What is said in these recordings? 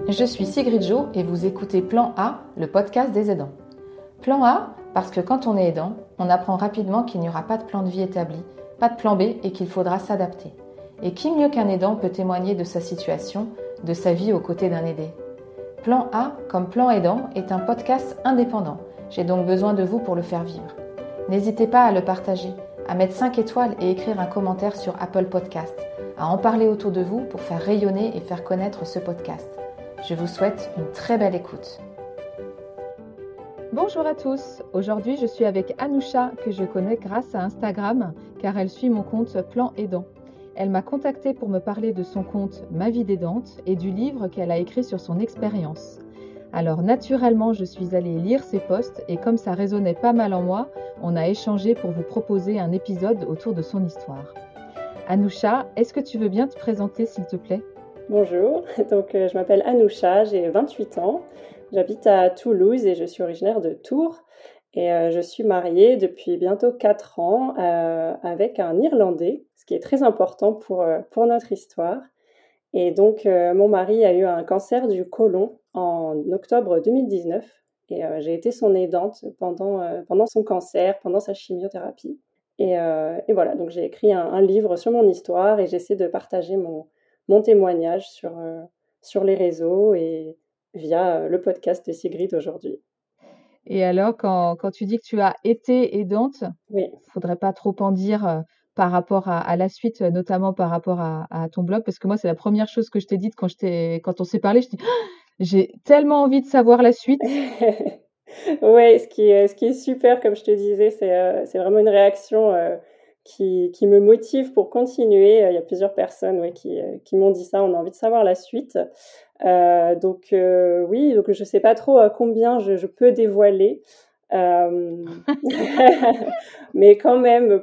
Je suis Sigrid Jo et vous écoutez Plan A, le podcast des aidants. Plan A, parce que quand on est aidant, on apprend rapidement qu'il n'y aura pas de plan de vie établi, pas de plan B et qu'il faudra s'adapter. Et qui mieux qu'un aidant peut témoigner de sa situation, de sa vie aux côtés d'un aidé? Plan A, comme Plan Aidant, est un podcast indépendant. J'ai donc besoin de vous pour le faire vivre. N'hésitez pas à le partager, à mettre 5 étoiles et écrire un commentaire sur Apple Podcast, à en parler autour de vous pour faire rayonner et faire connaître ce podcast. Je vous souhaite une très belle écoute. Bonjour à tous, aujourd'hui je suis avec Anoucha que je connais grâce à Instagram car elle suit mon compte Plan Aidant. Elle m'a contactée pour me parler de son compte Ma vie d'aidante et du livre qu'elle a écrit sur son expérience. Alors naturellement je suis allée lire ses posts et comme ça résonnait pas mal en moi, on a échangé pour vous proposer un épisode autour de son histoire. Anoucha, est-ce que tu veux bien te présenter s'il te plaît ? Bonjour, je m'appelle Anoucha, j'ai 28 ans, j'habite à Toulouse et je suis originaire de Tours et je suis mariée depuis bientôt 4 ans avec un Irlandais, ce qui est très important pour notre histoire. Et donc mon mari a eu un cancer du côlon en octobre 2019 et j'ai été son aidante pendant son cancer, pendant sa chimiothérapie. Et voilà, donc j'ai écrit un livre sur mon histoire et j'essaie de partager mon témoignage sur les réseaux et via le podcast de Sigrid aujourd'hui. Et alors, quand tu dis que tu as été aidante, Oui. faudrait pas trop en dire par rapport à la suite, notamment par rapport à ton blog, parce que moi, c'est la première chose que je t'ai dite quand on s'est parlé. Je dis, j'ai tellement envie de savoir la suite. Ouais, ce qui est super, comme je te disais, c'est vraiment une réaction qui me motive pour continuer. Il y a plusieurs personnes qui m'ont dit ça, on a envie de savoir la suite. Oui, donc je sais pas trop combien je peux dévoiler. Mais quand même,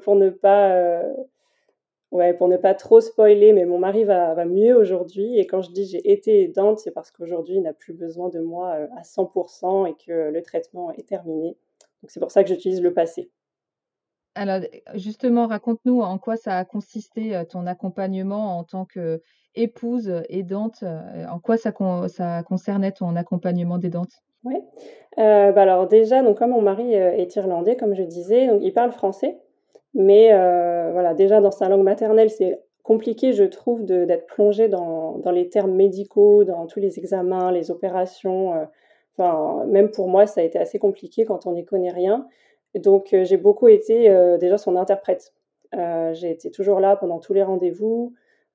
pour ne pas trop spoiler, mais mon mari va mieux aujourd'hui. Et quand je dis j'ai été aidante, c'est parce qu'aujourd'hui, il n'a plus besoin de moi à 100% et que le traitement est terminé. Donc c'est pour ça que j'utilise le passé. Alors, justement, raconte-nous en quoi ça a consisté ton accompagnement en tant qu'épouse aidante, en quoi ça concernait ton accompagnement d'aidante? Ouais. Alors déjà, donc comme mon mari est irlandais, comme je disais, donc il parle français, mais voilà, déjà dans sa langue maternelle, c'est compliqué, je trouve, d'être plongé dans les termes médicaux, dans tous les examens, les opérations. Enfin, même pour moi, ça a été assez compliqué quand on n'y connaît rien. Donc, j'ai beaucoup été déjà son interprète. J'ai été toujours là pendant tous les rendez-vous.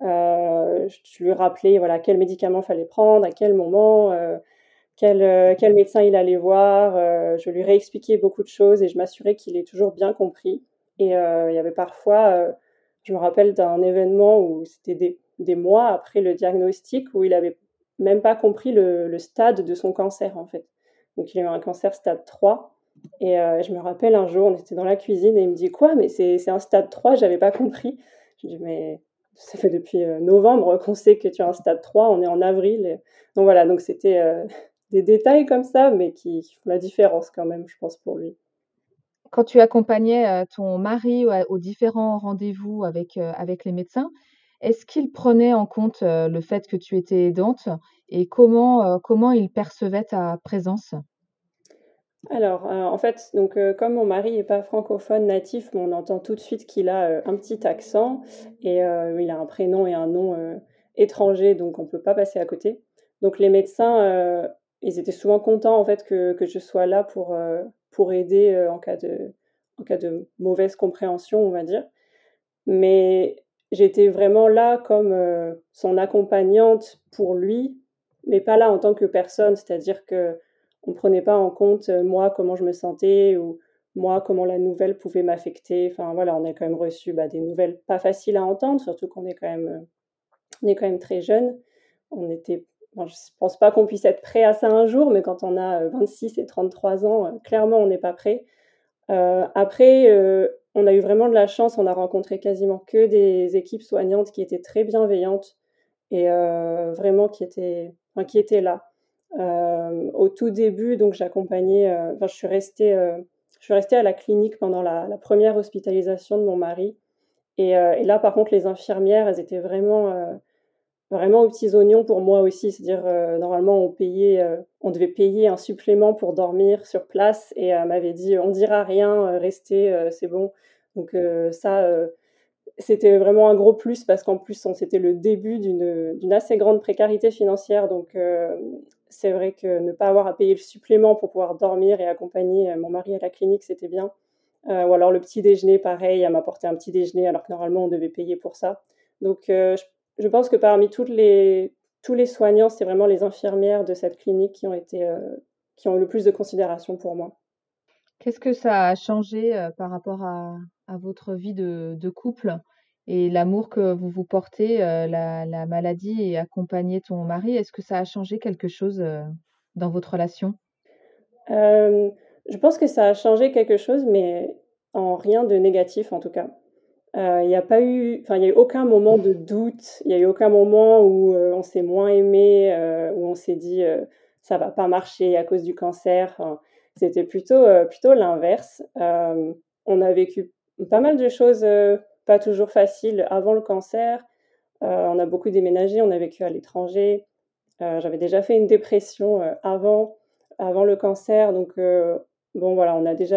Je lui rappelais voilà quel médicament fallait prendre, à quel moment. Quel médecin il allait voir. Je lui réexpliquais beaucoup de choses et je m'assurais qu'il ait toujours bien compris. Et il y avait parfois, je me rappelle d'un événement où c'était des mois après le diagnostic où il avait même pas compris le stade de son cancer en fait. Donc il a eu un cancer stade 3 et je me rappelle un jour, on était dans la cuisine et il me dit: «Quoi? Mais c'est un stade 3, j'avais pas compris». Je lui dis: «Mais ça fait depuis novembre qu'on sait que tu as un stade 3, on est en avril». Donc voilà, donc c'était des détails comme ça, mais qui font la différence quand même, je pense, pour lui. Quand tu accompagnais ton mari aux différents rendez-vous avec les médecins, est-ce qu'il prenait en compte le fait que tu étais aidante et comment il percevait ta présence? Alors, en fait, donc comme mon mari est pas francophone natif, mais on entend tout de suite qu'il a, un petit accent et il a un prénom et un nom, étrangers, donc on peut pas passer à côté. Donc les médecins, ils étaient souvent contents, en fait, que je sois là pour aider, en cas de mauvaise compréhension, on va dire. Mais j'étais vraiment là comme, son accompagnante pour lui, mais pas là en tant que personne. C'est-à-dire qu'on prenait pas en compte, moi, comment je me sentais ou moi, comment la nouvelle pouvait m'affecter. Enfin voilà, on a quand même reçu, des nouvelles pas faciles à entendre, surtout qu'on est quand même, très jeunes. Je pense pas qu'on puisse être prêt à ça un jour, mais quand on a, 26 et 33 ans, clairement on n'est pas prêt. Après, on a eu vraiment de la chance, on a rencontré quasiment que des équipes soignantes qui étaient très bienveillantes et vraiment qui étaient là. Au tout début, donc j'accompagnais, je suis restée à la clinique pendant la 1re hospitalisation de mon mari et là, par contre, les infirmières, elles étaient vraiment, vraiment aux petits oignons pour moi aussi. C'est-à-dire, normalement, on devait payer un supplément pour dormir sur place et elle m'avait dit: «On dira rien, restez, c'est bon». Donc ça, c'était vraiment un gros plus parce qu'en plus, c'était le début d'une assez grande précarité financière. Donc c'est vrai que ne pas avoir à payer le supplément pour pouvoir dormir et accompagner, mon mari à la clinique, c'était bien. Ou alors le petit déjeuner, pareil, elle m'apportait un petit déjeuner alors que normalement on devait payer pour ça. Donc je pense que parmi tous les soignants, c'est vraiment les infirmières de cette clinique qui ont eu le plus de considération pour moi. Qu'est-ce que ça a changé, par rapport à votre vie de couple et l'amour que vous vous portez, la maladie et accompagner ton mari? Est-ce que ça a changé quelque chose, dans votre relation? Hem, je pense que ça a changé quelque chose, mais en rien de négatif en tout cas. Il y a pas eu enfin, il y a eu aucun moment de doute, il y a eu aucun moment où, on s'est moins aimés, où on s'est dit, «Ça va pas marcher à cause du cancer». Enfin, c'était plutôt l'inverse. On a vécu pas mal de choses, pas toujours faciles avant le cancer. On a beaucoup déménagé, on a vécu à l'étranger. J'avais déjà fait une dépression, avant le cancer, donc bon voilà,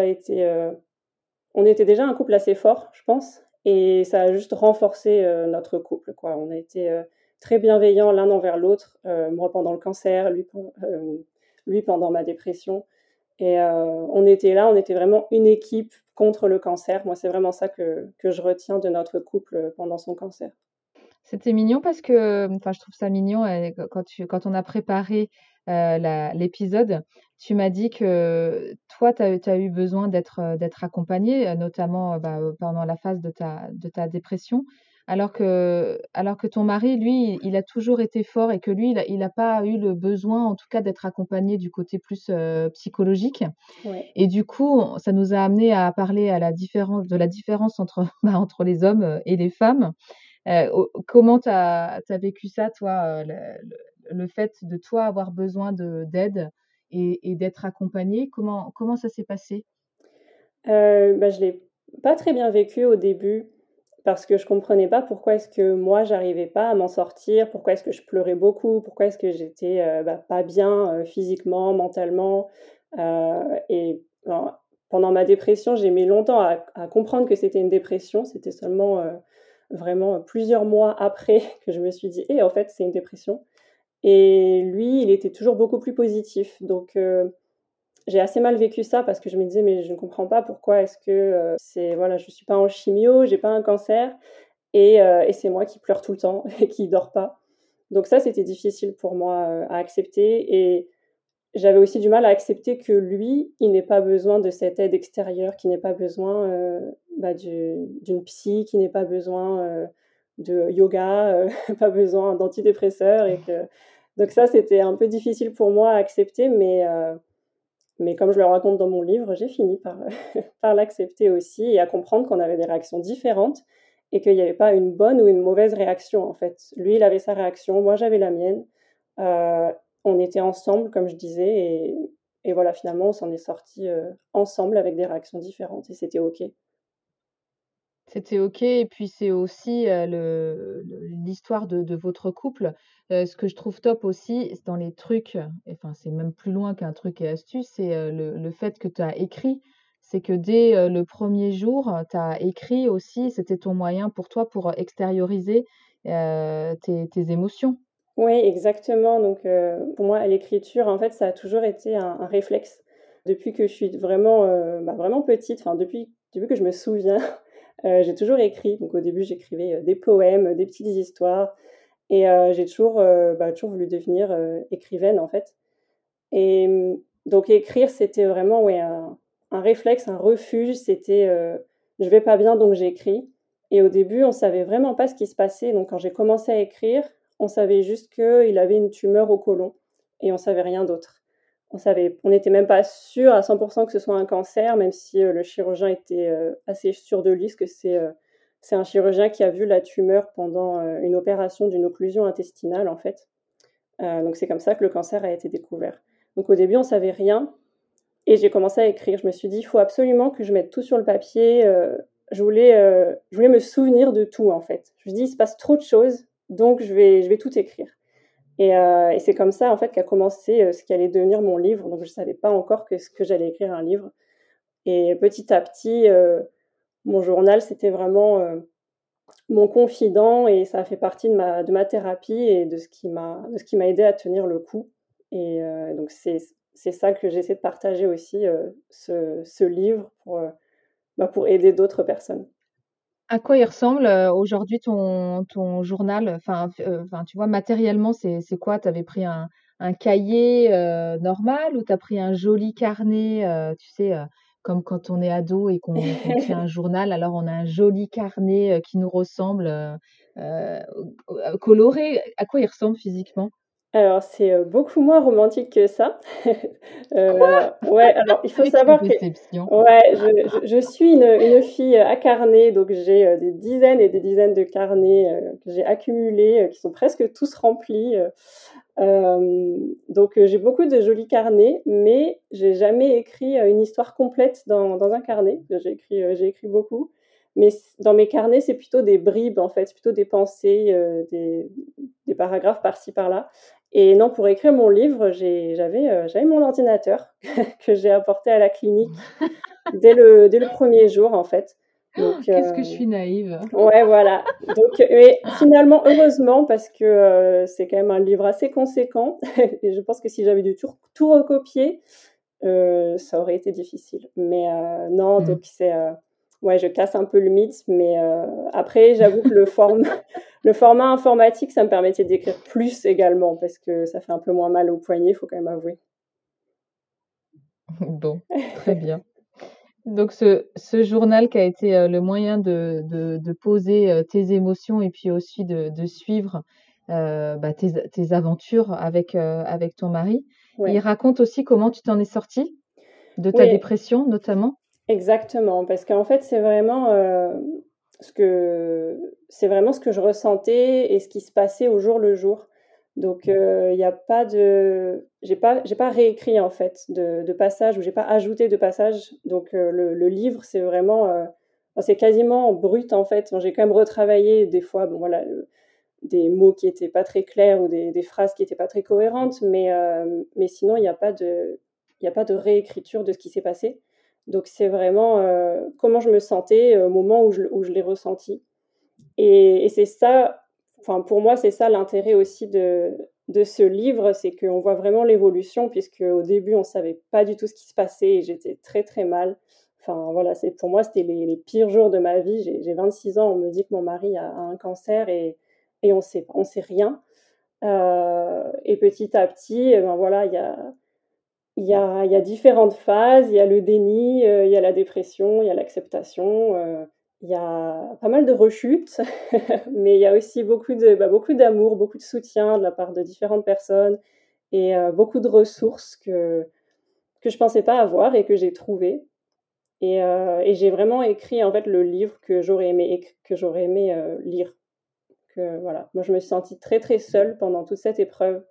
on était déjà un couple assez fort, je pense, et ça a juste renforcé, notre couple, quoi. On a été, très bienveillants l'un envers l'autre, moi pendant le cancer, lui pendant ma dépression, et on était là, on était vraiment une équipe contre le cancer. Moi, c'est vraiment ça que je retiens de notre couple, pendant son cancer. C'était mignon parce que, enfin, je trouve ça mignon, quand on a préparé, la l'épisode, tu m'as dit que toi, tu as eu besoin d'être accompagnée, notamment, pendant la phase de ta dépression, alors que ton mari, lui, il a toujours été fort et que lui, il a pas eu le besoin, en tout cas, d'être accompagné du côté plus, psychologique Ouais. et du coup, ça nous a amené à parler à la différence entre, entre les hommes, et les femmes. Comment tu as vécu ça toi, le fait de toi avoir besoin d'aide et d'être accompagnée? Comment ça s'est passé? Je l'ai pas très bien vécu au début parce que je comprenais pas pourquoi est-ce que moi j'arrivais pas à m'en sortir, pourquoi est-ce que je pleurais beaucoup, pourquoi est-ce que j'étais, pas bien, physiquement, mentalement, et ben, pendant ma dépression, j'ai mis longtemps à comprendre que c'était une dépression. C'était seulement, vraiment plusieurs mois après que je me suis dit: «Eh, en fait, c'est une dépression», et lui, il était toujours beaucoup plus positif. Donc j'ai assez mal vécu ça parce que je me disais: «Mais je ne comprends pas pourquoi est-ce que, c'est voilà, je suis pas en chimio, j'ai pas un cancer et c'est moi qui pleure tout le temps et qui dort pas». Donc ça, c'était difficile pour moi, à accepter, et j'avais aussi du mal à accepter que lui, il n'ait pas besoin de cette aide extérieure, qu'il n'ait pas besoin, d'une psy, qu'il n'ait pas besoin, de yoga, pas besoin d'antidépresseurs, et que donc ça, c'était un peu difficile pour moi à accepter, mais comme je le raconte dans mon livre, j'ai fini par, par l'accepter aussi et à comprendre qu'on avait des réactions différentes et qu'il n'y avait pas une bonne ou une mauvaise réaction, en fait. Lui, il avait sa réaction, moi j'avais la mienne. Heu, on était ensemble, comme je disais, et voilà, finalement, on s'en est sortis, ensemble avec des réactions différentes et c'était OK. C'était OK et puis c'est aussi, l'histoire de votre couple. Ce que je trouve top aussi, c'est dans les trucs, et enfin, c'est même plus loin qu'un truc et astuce, c'est, le fait que tu as écrit. C'est que dès, le 1er jour, tu as écrit aussi, c'était ton moyen pour toi pour, extérioriser, tes émotions. Oui, exactement. Donc, pour moi, l'écriture, en fait, ça a toujours été un réflexe. Depuis que je suis vraiment, vraiment petite, enfin depuis que je me souviens, j'ai toujours écrit. Donc au début, j'écrivais, des poèmes, des petites histoires, et j'ai toujours voulu devenir, écrivaine, en fait, et donc écrire, c'était vraiment, ouais, un réflexe, un refuge. C'était, «Je vais pas bien, donc j'écris», et au début, on savait vraiment pas ce qui se passait. Donc quand j'ai commencé à écrire, on savait juste qu'il avait une tumeur au côlon et on savait rien d'autre. On n'était même pas sûr à 100 que ce soit un cancer, même si, le chirurgien était, assez sûr de lui, parce que c'est un chirurgien qui a vu la tumeur pendant, une opération d'une occlusion intestinale, en fait. Donc c'est comme ça que le cancer a été découvert. Donc au début, on savait rien et j'ai commencé à écrire. Je me suis dit: «Il faut absolument que je mette tout sur le papier», je voulais me souvenir de tout, en fait. Je me dis: «Il se passe trop de choses, donc je vais tout écrire. Et c'est comme ça, en fait, qu'a commencé ce qui allait devenir mon livre. Donc, je ne savais pas encore que j'allais écrire un livre. Et petit à petit, mon journal, c'était vraiment mon confident et ça a fait partie de ma thérapie et de ce qui m'a aidé à tenir le coup. Et donc, c'est ça que j'essaie de partager aussi, ce livre pour aider d'autres personnes. À quoi il ressemble, aujourd'hui ton journal? Enfin, tu vois, matériellement, c'est quoi? Tu avais pris un cahier, normal ou tu as pris un joli carnet, tu sais, comme quand on est ado et qu'on crée un journal, alors on a un joli carnet, qui nous ressemble, heu, coloré. À quoi il ressemble physiquement? Alors c'est, beaucoup moins romantique que ça. Quoi? Ouais, alors il faut Mais quelle savoir que déception! ouais, je suis une fille, acharnée, donc j'ai, des dizaines et des dizaines de carnets, que j'ai accumulés, qui sont presque tous remplis, donc j'ai beaucoup de jolis carnets, mais j'ai jamais écrit, une histoire complète dans un carnet. J'ai écrit beaucoup, mais dans mes carnets, c'est plutôt des bribes, en fait, c'est plutôt des pensées, des paragraphes par-ci par-là. Et non, pour écrire mon livre, j'avais mon ordinateur que j'ai apporté à la clinique dès le 1er jour, en fait. Donc Qu'est-ce que je suis naïve! ouais, voilà. Donc mais finalement, heureusement, parce que, c'est quand même un livre assez conséquent et je pense que si j'avais dû tout recopier, ça aurait été difficile. Mais non, Mmh. donc ouais, je casse un peu le mythe, mais après, j'avoue que le format informatique, ça me permettait d'écrire plus également parce que ça fait un peu moins mal au poignet, il faut quand même avouer. Bon, très bien. Donc ce journal qui a été, le moyen de poser, tes émotions et puis aussi de suivre, tes aventures avec ton mari. Il Ouais. raconte aussi comment tu t'en es sortie de ta Oui, dépression notamment? exactement, parce qu'en fait, c'est vraiment ce que je ressentais et ce qui se passait au jour le jour. Donc il y a pas de j'ai pas réécrit, en fait, de passages ou j'ai pas ajouté de passages. Donc le livre, c'est vraiment, c'est quasiment brut, en fait. Bon, j'ai quand même retravaillé des fois, bon, voilà, des mots qui étaient pas très clairs ou des phrases qui étaient pas très cohérentes, mais sinon il y a pas de réécriture de ce qui s'est passé. Donc c'est vraiment, comment je me sentais au moment où je l'ai ressenti et c'est ça, enfin pour moi, c'est ça l'intérêt aussi de ce livre, c'est qu'on voit vraiment l'évolution puisqu'au début, on savait pas du tout ce qui se passait et j'étais très, très mal. Enfin voilà, c'est pour moi, c'était les pires jours de ma vie. J'ai 26 ans, on me dit que mon mari a un cancer et on sait rien. Et petit à petit, ben voilà, il y a différentes phases. Il y a le déni, il y a la dépression, il y a l'acceptation, il y a pas mal de rechutes, mais il y a aussi beaucoup d'amour, beaucoup de soutien de la part de différentes personnes et beaucoup de ressources que je pensais pas avoir et que j'ai trouvées et j'ai vraiment écrit, en fait, le livre que j'aurais aimé, lire. Que voilà, moi je me suis sentie très, très seule pendant toute cette épreuve.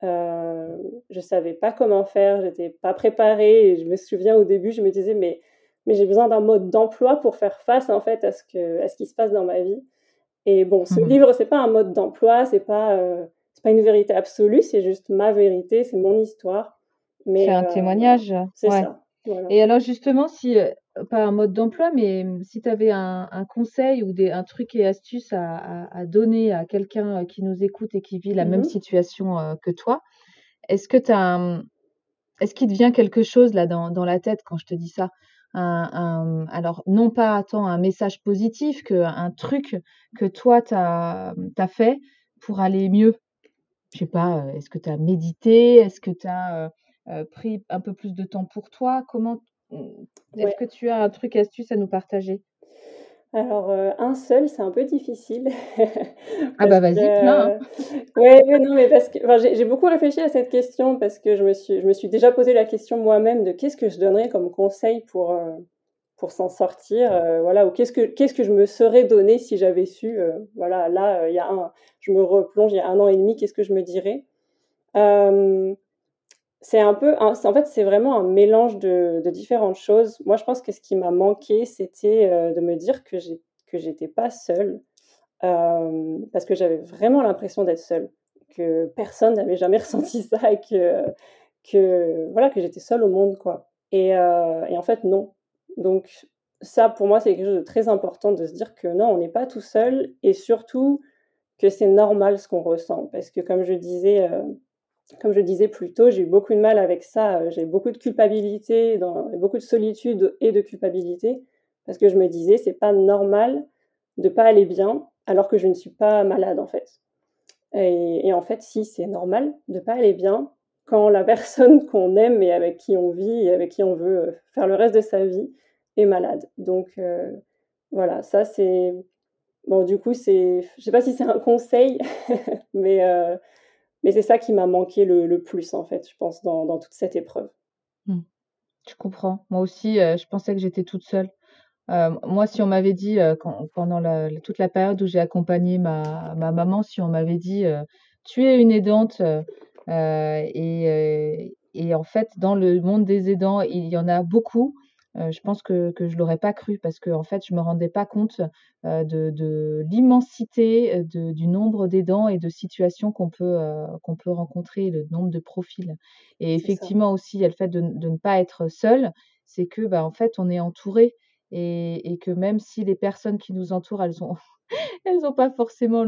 Je savais pas comment faire, j'étais pas préparée et je me souviens au début, je me disais: «Mais j'ai besoin d'un mode d'emploi pour faire face, en fait, à ce qui se passe dans ma vie» et bon, ce Mmh. livre, c'est pas un mode d'emploi, c'est pas une vérité absolue, c'est juste ma vérité, c'est mon histoire, C'est mais un voilà, témoignage? c'est Ouais. ça, voilà. Et alors justement, si, pas un mode d'emploi, mais si tu avais un conseil ou un truc et astuce à donner à quelqu'un, qui nous écoute et qui vit la même Mmh. situation, que toi, est-ce que tu as, est-ce qu'il te vient quelque chose là dans la tête quand je te dis ça? Alors non pas tant un message positif qu'un truc que toi tu as fait pour aller mieux? Je sais pas, est-ce que tu as médité? Est-ce que tu as, pris un peu plus de temps pour toi? Est-ce Ouais. que tu as un truc astuce à nous partager? Alors, un seul, c'est un peu difficile Ah parce bah, vas-y, plein, que ouais, ouais, non, mais parce que enfin, j'ai beaucoup réfléchi à cette question parce que je me suis déjà posé la question moi-même de qu'est-ce que je donnerais comme conseil pour s'en sortir, voilà, ou qu'est-ce que je me serais donné si j'avais su, voilà, là, je me replonge il y a 1 an et demi, qu'est-ce que je me dirais? Hem c'est un peu un c'est en fait, c'est vraiment un mélange de différentes choses. Moi, je pense que ce qui m'a manqué, c'était, de me dire que j'étais pas seule, parce que j'avais vraiment l'impression d'être seule, que personne n'avait jamais ressenti ça et que voilà, que j'étais seule au monde, quoi. Et en fait, non. Donc ça, pour moi, c'est quelque chose de très important de se dire que non, on n'est pas tout seul et surtout que c'est normal ce qu'on ressent. Parce que comme je disais plus tôt, j'ai eu beaucoup de mal avec ça, j'ai beaucoup de culpabilité, beaucoup de solitude et de culpabilité parce que je me disais: «C'est pas normal de pas aller bien alors que je ne suis pas malade, en fait». Et en fait, si, c'est normal de pas aller bien quand la personne qu'on aime et avec qui on vit et avec qui on veut, faire le reste de sa vie est malade. Donc voilà, ça c'est bon du coup, je sais pas si c'est un conseil, mais heu, mais c'est ça qui m'a manqué le plus en fait, je pense dans toute cette épreuve. Mmh. Je comprends. Moi aussi, je pensais que j'étais toute seule. Moi, si on m'avait dit, pendant toute la période où j'ai accompagné ma maman, si on m'avait dit, «Tu es une aidante, et en fait, dans le monde des aidants, il y en a beaucoup», je pense que je l'aurais pas cru parce qu'en fait, je me rendais pas compte, de l'immensité, du nombre d'aidants et de situations qu'on peut rencontrer, le nombre de profils. Et C'est ça. effectivement aussi, il y a le fait de ne pas être seul, c'est que, bah, en fait, on est entouré et que même si les personnes qui nous entourent, elles ont pas forcément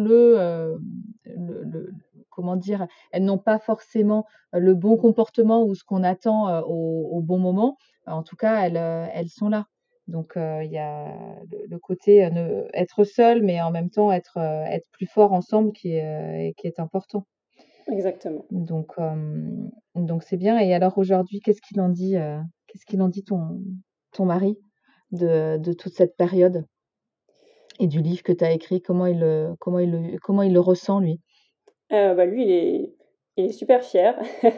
le comment dire? Elles n'ont pas forcément le bon comportement ou ce qu'on attend, au bon moment. En tout cas, elles sont là. Donc, il y a le côté, ne être seul, mais en même temps être plus fort ensemble qui est important. Exactement. Donc c'est bien. Et alors aujourd'hui, qu'est-ce qu'il en dit ton mari de toute cette période et du livre que tu as écrit? Comment il le ressent lui? Bah, lui, il est super fier.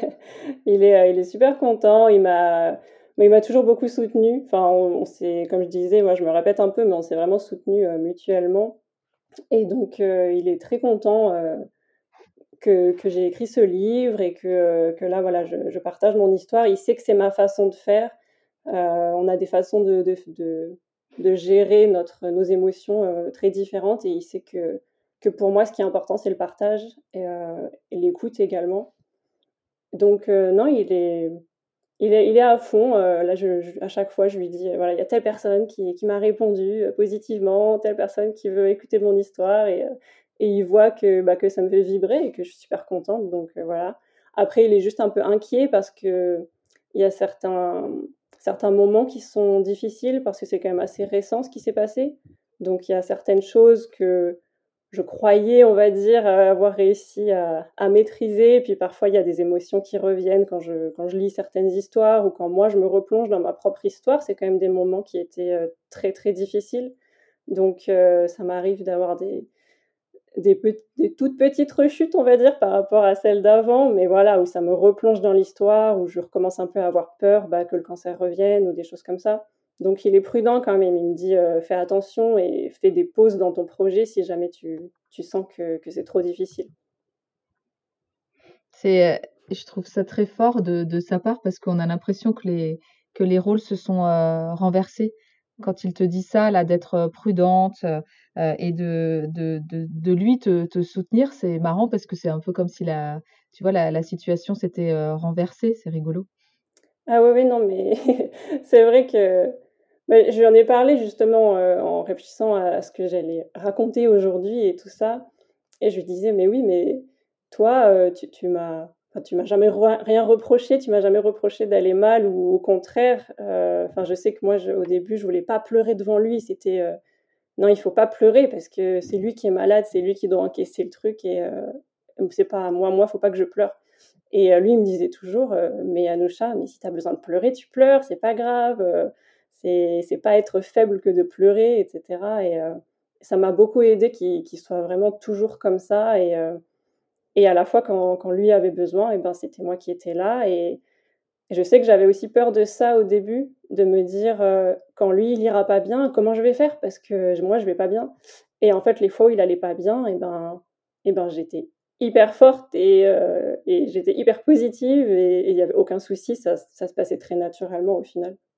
Il est super content. Il m'a toujours beaucoup soutenue. Enfin, on s'est comme je disais, moi, je me répète un peu, mais on s'est vraiment soutenus, mutuellement et donc il est très content, que j'ai écrit ce livre et que là, voilà, je partage mon histoire. Il sait que c'est ma façon de faire. On a des façons de gérer nos émotions, très différentes et il sait que pour moi, ce qui est important, c'est le partage et l'écoute également. Donc non, il est à fond, là, à chaque fois, je lui dis, voilà: «Il y a telle personne qui m'a répondu, positivement, telle personne qui veut écouter mon histoire» et il voit que ça me fait vibrer et que je suis super contente donc voilà. Après, il est juste un peu inquiet parce qu'il y a certains moments qui sont difficiles parce que c'est quand même assez récent ce qui s'est passé. Donc il y a certaines choses que je croyais, on va dire, avoir réussi à maîtriser. Et puis parfois, il y a des émotions qui reviennent quand je lis certaines histoires ou quand moi, je me replonge dans ma propre histoire. C'est quand même des moments qui étaient, très, très difficiles. Donc ça m'arrive d'avoir des toutes petites rechutes, on va dire, par rapport à celles d'avant. Mais voilà, où ça me replonge dans l'histoire, où je recommence un peu à avoir peur, bah, que le cancer revienne ou des choses comme ça. Donc il est prudent quand même. Il me dit, «Fais attention et fais des pauses dans ton projet si jamais tu sens que c'est trop difficile». Je trouve ça très fort de sa part parce qu'on a l'impression que les rôles se sont, renversés. Quand il te dit ça là, d'être, prudente, et de lui te soutenir, c'est marrant parce que c'est un peu comme si la situation s'était, renversée, c'est rigolo. Ah oui, oui, non, mais c'est vrai que je lui en ai parlé justement, en réfléchissant à ce que j'allais raconter aujourd'hui et tout ça et je lui disais: «Mais oui, mais toi, tu m'as jamais rien reproché, tu m'as jamais reproché d'aller mal ou au contraire». Enfin, je sais que moi, au début, je voulais pas pleurer devant lui. C'était, «Non, il faut pas pleurer parce que c'est lui qui est malade, c'est lui qui doit encaisser le truc et c'est pas à moi, faut pas que je pleure». Et lui, il me disait toujours, «Mais Anoucha, mais si tu as besoin de pleurer, tu pleures, c'est pas grave, c'est pas être faible que de pleurer» et cetera et ça m'a beaucoup aidée qu'il soit vraiment toujours comme ça et à la fois quand lui avait besoin et ben, c'était moi qui étais là et je sais que j'avais aussi peur de ça au début, de me dire, «Quand lui, il ira pas bien, comment je vais faire? Parce que moi, je vais pas bien» et en fait, les fois où il allait pas bien et ben, j'étais hyper forte et j'étais hyper positive et il y avait aucun souci, ça se passait très naturellement au final.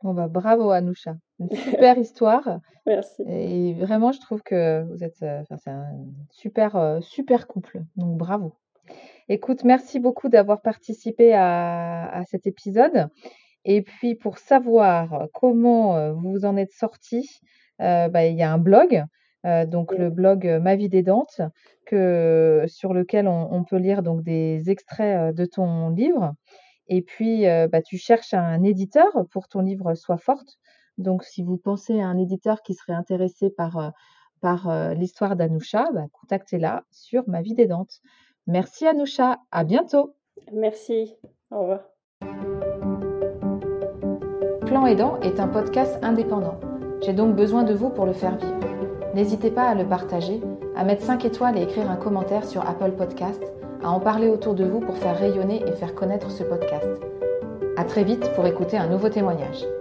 Bon, bah, bravo Anoucha. Une super histoire. Merci. Et vraiment, je trouve que vous êtes, c'est un super couple. Donc, bravo. Écoute, merci beaucoup d'avoir participé à cet épisode. Et puis, pour savoir comment vous vous en êtes sortis, il y a un blog, donc le blog Ma vie d'aidante, sur lequel on peut lire donc des extraits de ton livre. Et puis, tu cherches un éditeur pour ton livre Sois forte. Donc, si vous pensez à un éditeur qui serait intéressé par l'histoire d'Anoucha, contactez-la sur Ma vie d'aidante. Merci Anoucha, à bientôt. Merci, au revoir. Plan Aidant est un podcast indépendant. J'ai donc besoin de vous pour le faire vivre. N'hésitez pas à le partager, à mettre 5 étoiles et écrire un commentaire sur Apple Podcast, à en parler autour de vous pour faire rayonner et faire connaître ce podcast. À très vite pour écouter un nouveau témoignage.